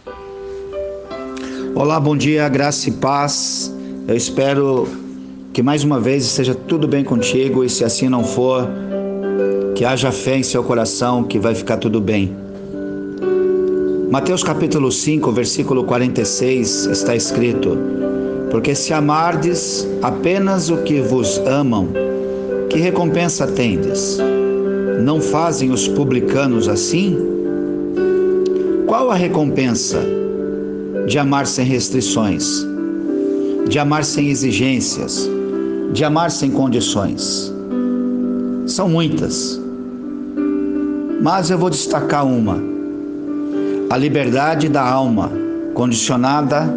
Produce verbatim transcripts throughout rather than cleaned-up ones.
Olá, bom dia, graça e paz. Eu espero que mais uma vez esteja tudo bem contigo e se assim não for, que haja fé em seu coração que vai ficar tudo bem. Mateus capítulo cinco, versículo quarenta e seis está escrito: porque se amardes apenas o que vos amam, que recompensa tendes? Não fazem os publicanos assim? Qual a recompensa de amar sem restrições, de amar sem exigências, de amar sem condições? São muitas, mas eu vou destacar uma: a liberdade da alma, condicionada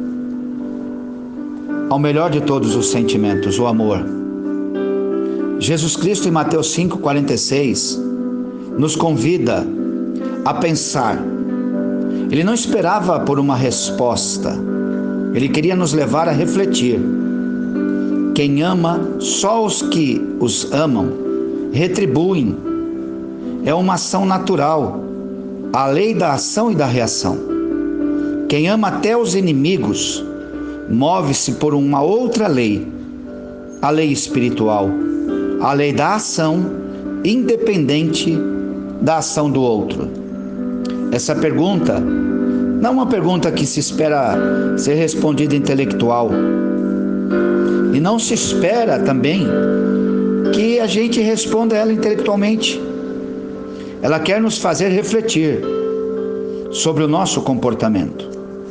ao melhor de todos os sentimentos, o amor. Jesus Cristo, em Mateus cinco, quarenta e seis, nos convida a pensar. Ele não esperava por uma resposta, ele queria nos levar a refletir. Quem ama, só os que os amam, retribuem. É uma ação natural, a lei da ação e da reação. Quem ama até os inimigos, move-se por uma outra lei, a lei espiritual, a lei da ação, independente da ação do outro. Essa pergunta não é uma pergunta que se espera ser respondida intelectual. E não se espera também que a gente responda ela intelectualmente. Ela quer nos fazer refletir sobre o nosso comportamento.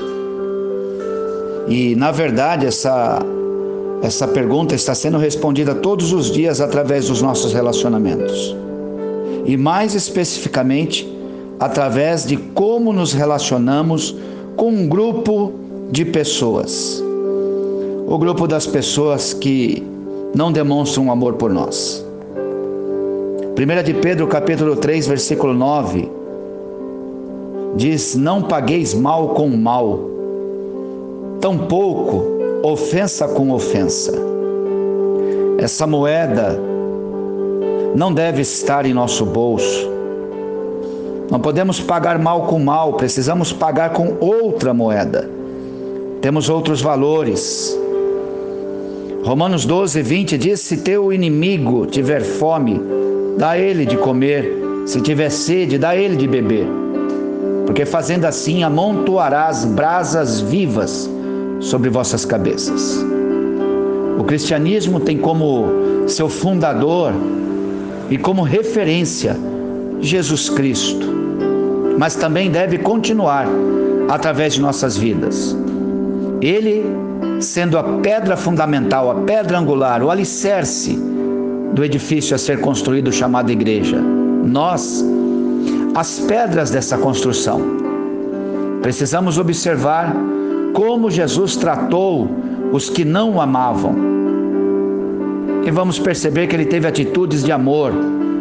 E, na verdade, essa, essa pergunta está sendo respondida todos os dias através dos nossos relacionamentos. E, mais especificamente, através de como nos relacionamos com um grupo de pessoas. O grupo das pessoas que não demonstram amor por nós. primeira de Pedro, capítulo três, versículo nove, diz: não pagueis mal com mal, tampouco ofensa com ofensa. Essa moeda não deve estar em nosso bolso. Não podemos pagar mal com mal, precisamos pagar com outra moeda. Temos outros valores. Romanos doze, vinte diz: se teu inimigo tiver fome, dá a ele de comer, se tiver sede, dá a ele de beber. Porque fazendo assim, amontoarás brasas vivas sobre vossas cabeças. O cristianismo tem como seu fundador e como referência Jesus Cristo, mas também deve continuar através de nossas vidas. Ele sendo a pedra fundamental, a pedra angular, o alicerce do edifício a ser construído chamado igreja. Nós, as pedras dessa construção. Precisamos observar como Jesus tratou os que não o amavam. E vamos perceber que ele teve atitudes de amor.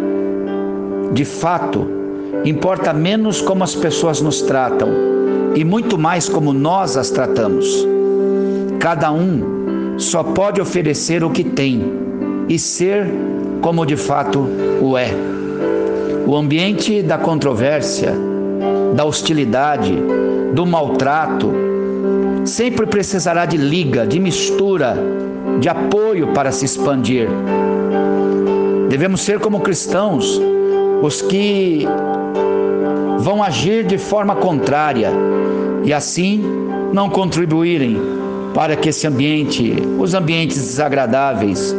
De fato, importa menos como as pessoas nos tratam e muito mais como nós as tratamos. Cada um só pode oferecer o que tem e ser como de fato o é. O ambiente da controvérsia, da hostilidade, do maltrato, sempre precisará de liga, de mistura, de apoio para se expandir. Devemos ser como cristãos, os que vão agir de forma contrária e assim não contribuírem para que esse ambiente, os ambientes desagradáveis,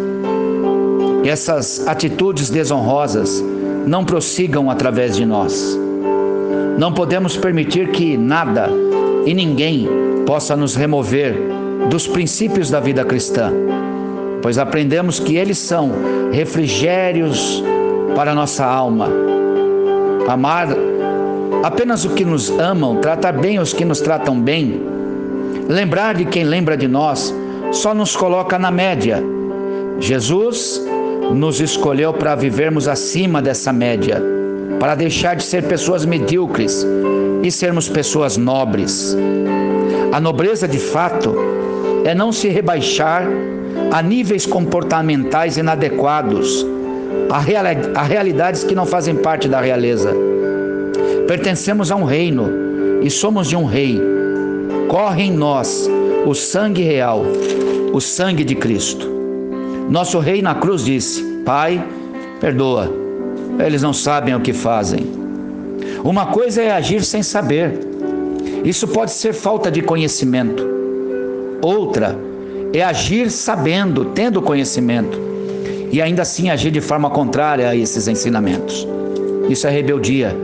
essas atitudes desonrosas não prossigam através de nós. Não podemos permitir que nada e ninguém possa nos remover dos princípios da vida cristã, pois aprendemos que eles são refrigérios para a nossa alma. Amar apenas o que nos amam, tratar bem os que nos tratam bem, lembrar de quem lembra de nós, só nos coloca na média. Jesus nos escolheu para vivermos acima dessa média, para deixar de ser pessoas medíocres e sermos pessoas nobres. A nobreza, de fato, é não se rebaixar a níveis comportamentais inadequados, a, real, a realidades que não fazem parte da realeza. Pertencemos a um reino e somos de um rei. Corre em nós o sangue real, o sangue de Cristo. Nosso rei na cruz disse: Pai, perdoa, eles não sabem o que fazem. Uma coisa é agir sem saber. Isso pode ser falta de conhecimento. Outra é agir sabendo, tendo conhecimento, e ainda assim agir de forma contrária a esses ensinamentos. Isso é rebeldia.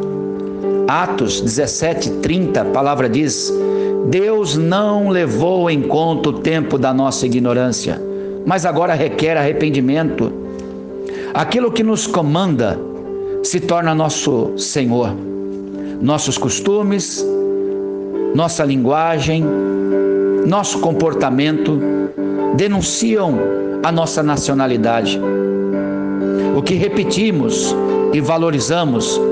Atos dezessete, trinta, a palavra diz: Deus não levou em conta o tempo da nossa ignorância, mas agora requer arrependimento. Aquilo que nos comanda se torna nosso Senhor. Nossos costumes, nossa linguagem, nosso comportamento denunciam a nossa nacionalidade. O que repetimos e valorizamos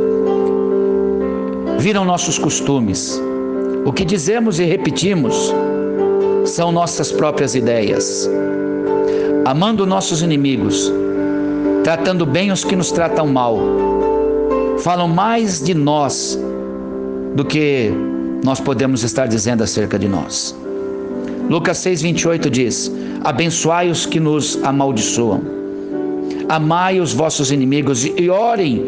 viram nossos costumes. O que dizemos e repetimos são nossas próprias ideias. Amando nossos inimigos, tratando bem os que nos tratam mal, falam mais de nós do que nós podemos estar dizendo acerca de nós. Lucas seis, vinte e oito diz: Abençoai os que nos amaldiçoam, amai os vossos inimigos e orem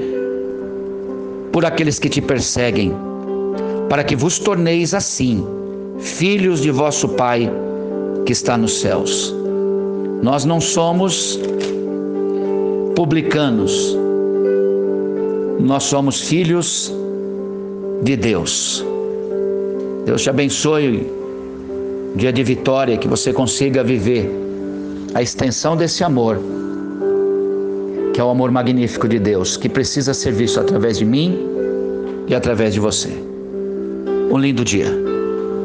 por aqueles que te perseguem, para que vos torneis assim filhos de vosso Pai que está nos céus. Nós não somos publicanos, nós somos filhos de Deus. Deus te abençoe, dia de vitória, que você consiga viver a extensão desse amor, que é o amor magnífico de Deus, que precisa ser visto através de mim e através de você. Um lindo dia.